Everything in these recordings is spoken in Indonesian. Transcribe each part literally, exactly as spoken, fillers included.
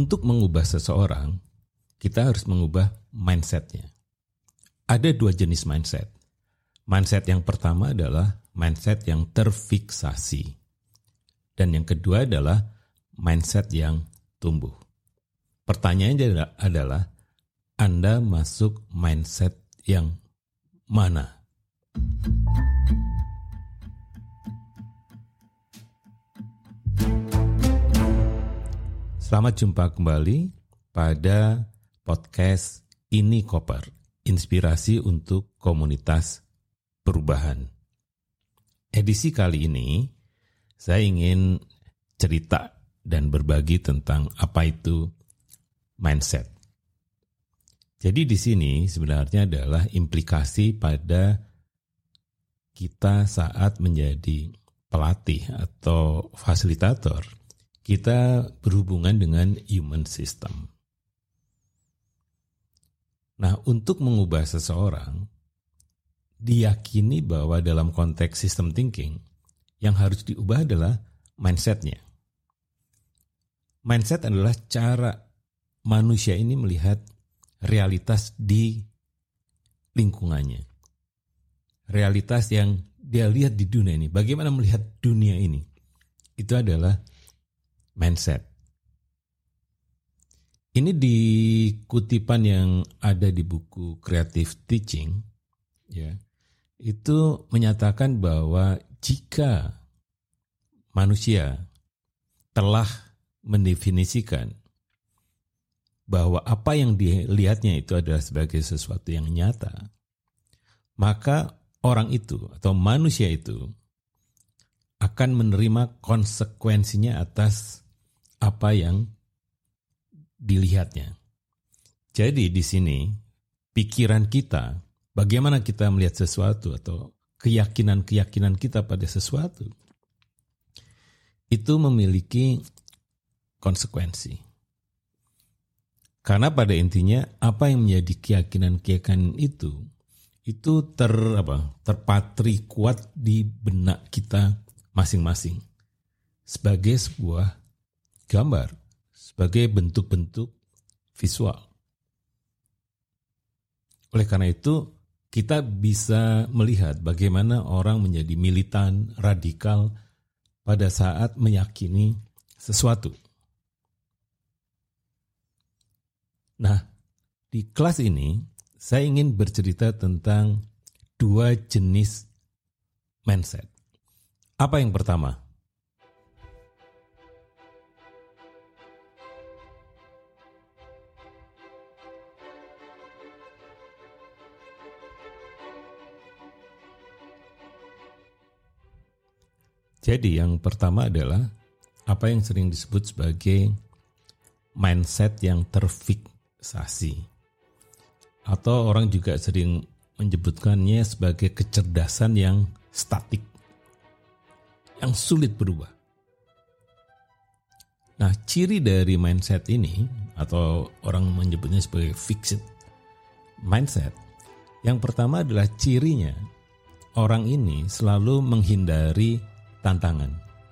untuk mengubah seseorang, kita harus mengubah mindset-nya. Ada dua jenis mindset. Mindset yang pertama adalah mindset yang terfiksasi. Dan yang kedua adalah mindset yang tumbuh. Pertanyaannya adalah, Anda masuk mindset yang mana? Selamat jumpa kembali pada podcast Ini Koper, inspirasi untuk komunitas perubahan. Edisi kali ini, saya ingin cerita dan berbagi tentang apa itu mindset. Jadi di sini sebenarnya adalah implikasi pada kita saat menjadi pelatih atau fasilitator. Kita berhubungan dengan human system. Nah, untuk mengubah seseorang, diyakini bahwa dalam konteks system thinking, yang harus diubah adalah mindset-nya. Mindset adalah cara manusia ini melihat realitas di lingkungannya. Realitas yang dia lihat di dunia ini. Bagaimana melihat dunia ini? Itu adalah mindset. Ini di kutipan yang ada di buku Creative Teaching, ya, itu menyatakan bahwa jika manusia telah mendefinisikan bahwa apa yang dilihatnya itu adalah sebagai sesuatu yang nyata, maka orang itu atau manusia itu akan menerima konsekuensinya atas apa yang dilihatnya. Jadi di sini pikiran kita, bagaimana kita melihat sesuatu atau keyakinan-keyakinan kita pada sesuatu, itu memiliki konsekuensi. Karena pada intinya apa yang menjadi keyakinan-keyakinan itu, itu ter apa, terpatri kuat di benak kita masing-masing sebagai sebuah gambar, sebagai bentuk-bentuk visual. Oleh karena itu, kita bisa melihat bagaimana orang menjadi militan, radikal pada saat meyakini sesuatu. Nah, di kelas ini saya ingin bercerita tentang dua jenis mindset. Apa yang pertama? Jadi yang pertama adalah apa yang sering disebut sebagai mindset yang terfiksasi. Atau orang juga sering menyebutkannya sebagai kecerdasan yang statik, yang sulit berubah. Nah, ciri dari mindset ini, atau orang menyebutnya sebagai fixed mindset, yang pertama adalah cirinya, orang ini selalu menghindari tantangan.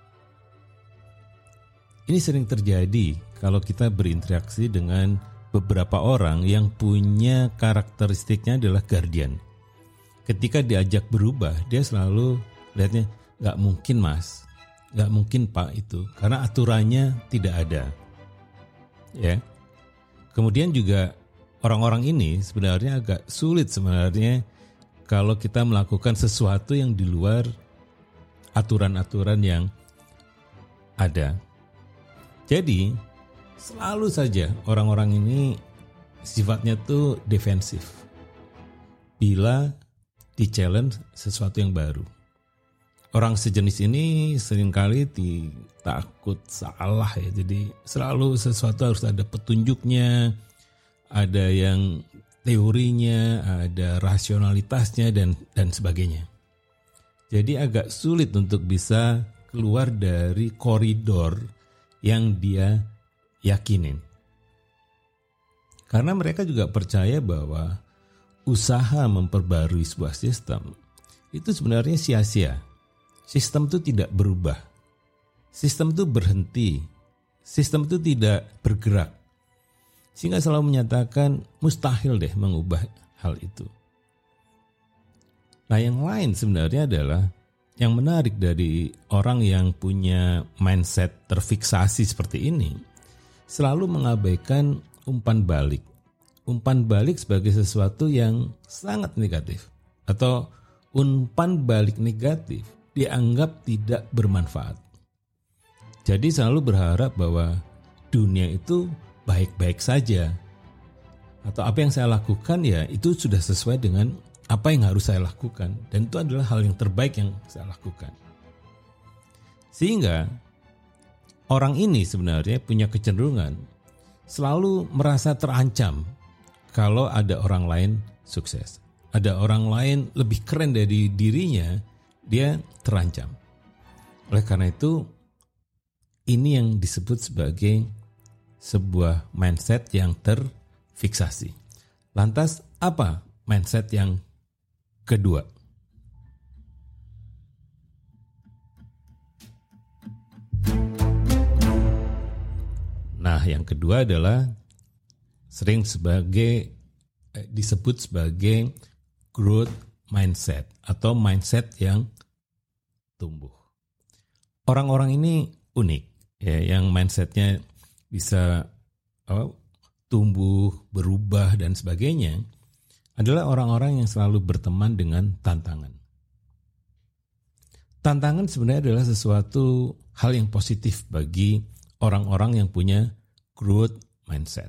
Ini sering terjadi kalau kita berinteraksi dengan beberapa orang yang punya karakteristiknya adalah guardian. Ketika diajak berubah, dia selalu lihatnya, gak mungkin mas, gak mungkin pak itu, karena aturannya tidak ada. Ya. Kemudian juga orang-orang ini sebenarnya agak sulit sebenarnya kalau kita melakukan sesuatu yang di luar aturan-aturan yang ada. Jadi selalu saja orang-orang ini sifatnya tuh defensif bila di-challenge sesuatu yang baru. Orang sejenis ini seringkali takut salah ya. Jadi selalu sesuatu harus ada petunjuknya, ada yang teorinya, ada rasionalitasnya dan dan sebagainya. Jadi agak sulit untuk bisa keluar dari koridor yang dia yakinin. Karena mereka juga percaya bahwa usaha memperbarui sebuah sistem itu sebenarnya sia-sia. Sistem itu tidak berubah. Sistem itu berhenti. Sistem itu tidak bergerak. sehingga selalu menyatakan mustahil deh mengubah hal itu. Nah, yang lain sebenarnya adalah yang menarik dari orang yang punya mindset terfiksasi seperti ini, selalu mengabaikan umpan balik. Umpan balik sebagai sesuatu yang sangat negatif, atau umpan balik negatif dianggap tidak bermanfaat. Jadi selalu berharap bahwa dunia itu baik-baik saja, atau apa yang saya lakukan ya itu sudah sesuai dengan apa yang harus saya lakukan, dan itu adalah hal yang terbaik yang saya lakukan. Sehingga orang ini sebenarnya punya kecenderungan selalu merasa terancam kalau ada orang lain sukses. Ada orang lain lebih keren dari dirinya, dia terancam. Oleh karena itu, ini yang disebut sebagai sebuah mindset yang terfiksasi. Lantas apa mindset yang kedua? Nah, yang kedua adalah sering sebagai eh, disebut sebagai growth mindset atau mindset yang tumbuh. Orang-orang ini unik, ya, yang mindsetnya bisa oh, tumbuh, berubah dan sebagainya, adalah orang-orang yang selalu berteman dengan tantangan. Tantangan sebenarnya adalah sesuatu hal yang positif bagi orang-orang yang punya growth mindset.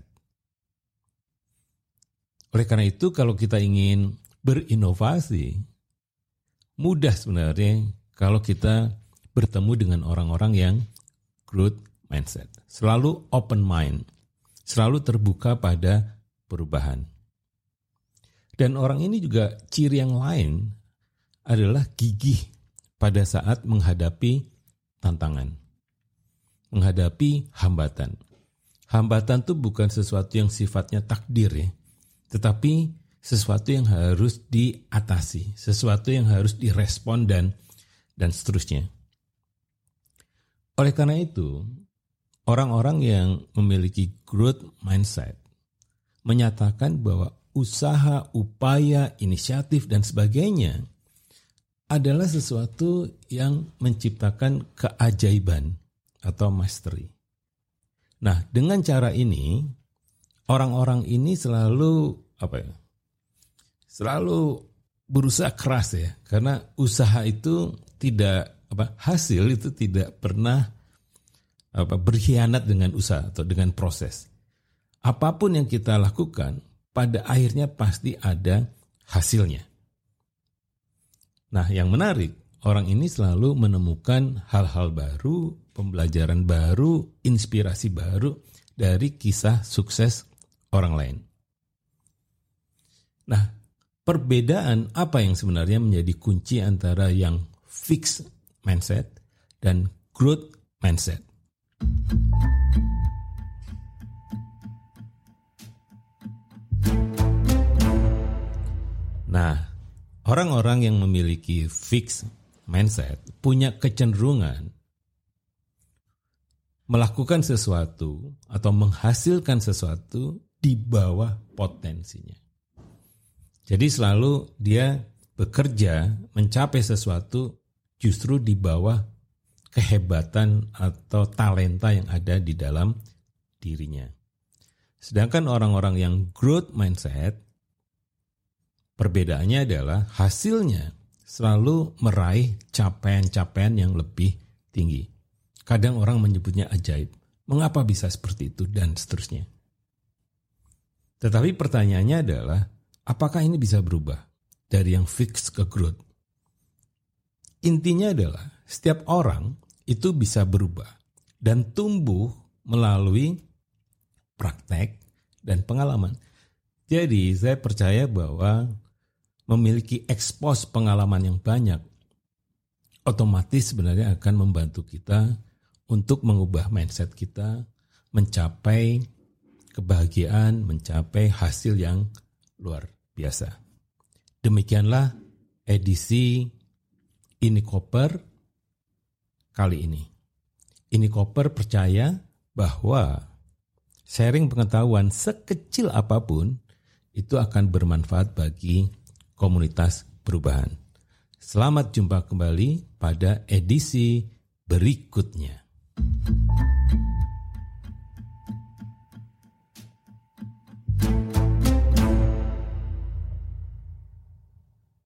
Oleh karena itu, kalau kita ingin berinovasi, mudah sebenarnya kalau kita bertemu dengan orang-orang yang growth mindset. Selalu open mind, selalu terbuka pada perubahan. Dan orang ini juga ciri yang lain adalah gigih pada saat menghadapi tantangan, menghadapi hambatan. Hambatan itu bukan sesuatu yang sifatnya takdir ya, tetapi sesuatu yang harus diatasi, sesuatu yang harus direspon dan dan seterusnya. Oleh karena itu, orang-orang yang memiliki growth mindset menyatakan bahwa usaha, upaya, inisiatif, dan sebagainya adalah sesuatu yang menciptakan keajaiban atau mastery. Nah, dengan cara ini, orang-orang ini selalu apa ya? Selalu berusaha keras ya, karena usaha itu tidak apa hasil itu tidak pernah apa berkhianat dengan usaha atau dengan proses. Apapun yang kita lakukan, pada akhirnya pasti ada hasilnya. Nah, yang menarik, orang ini selalu menemukan hal-hal baru, pembelajaran baru, inspirasi baru dari kisah sukses orang lain. Nah, perbedaan apa yang sebenarnya menjadi kunci antara yang fixed mindset dan growth mindset? Nah, orang-orang yang memiliki fixed mindset punya kecenderungan melakukan sesuatu atau menghasilkan sesuatu di bawah potensinya. Jadi selalu dia bekerja mencapai sesuatu justru di bawah kehebatan atau talenta yang ada di dalam dirinya. Sedangkan orang-orang yang growth mindset, perbedaannya adalah hasilnya selalu meraih capaian-capaian yang lebih tinggi. Kadang orang menyebutnya ajaib. Mengapa bisa seperti itu dan seterusnya. Tetapi pertanyaannya adalah, apakah ini bisa berubah dari yang fix ke growth? Intinya adalah setiap orang itu bisa berubah dan tumbuh melalui praktek dan pengalaman. Jadi saya percaya bahwa memiliki ekspos pengalaman yang banyak otomatis sebenarnya akan membantu kita untuk mengubah mindset kita, mencapai kebahagiaan, mencapai hasil yang luar biasa. Demikianlah edisi Ini Koper kali ini. Ini Koper percaya bahwa sharing pengetahuan sekecil apapun itu akan bermanfaat bagi komunitas perubahan. Selamat jumpa kembali pada edisi berikutnya.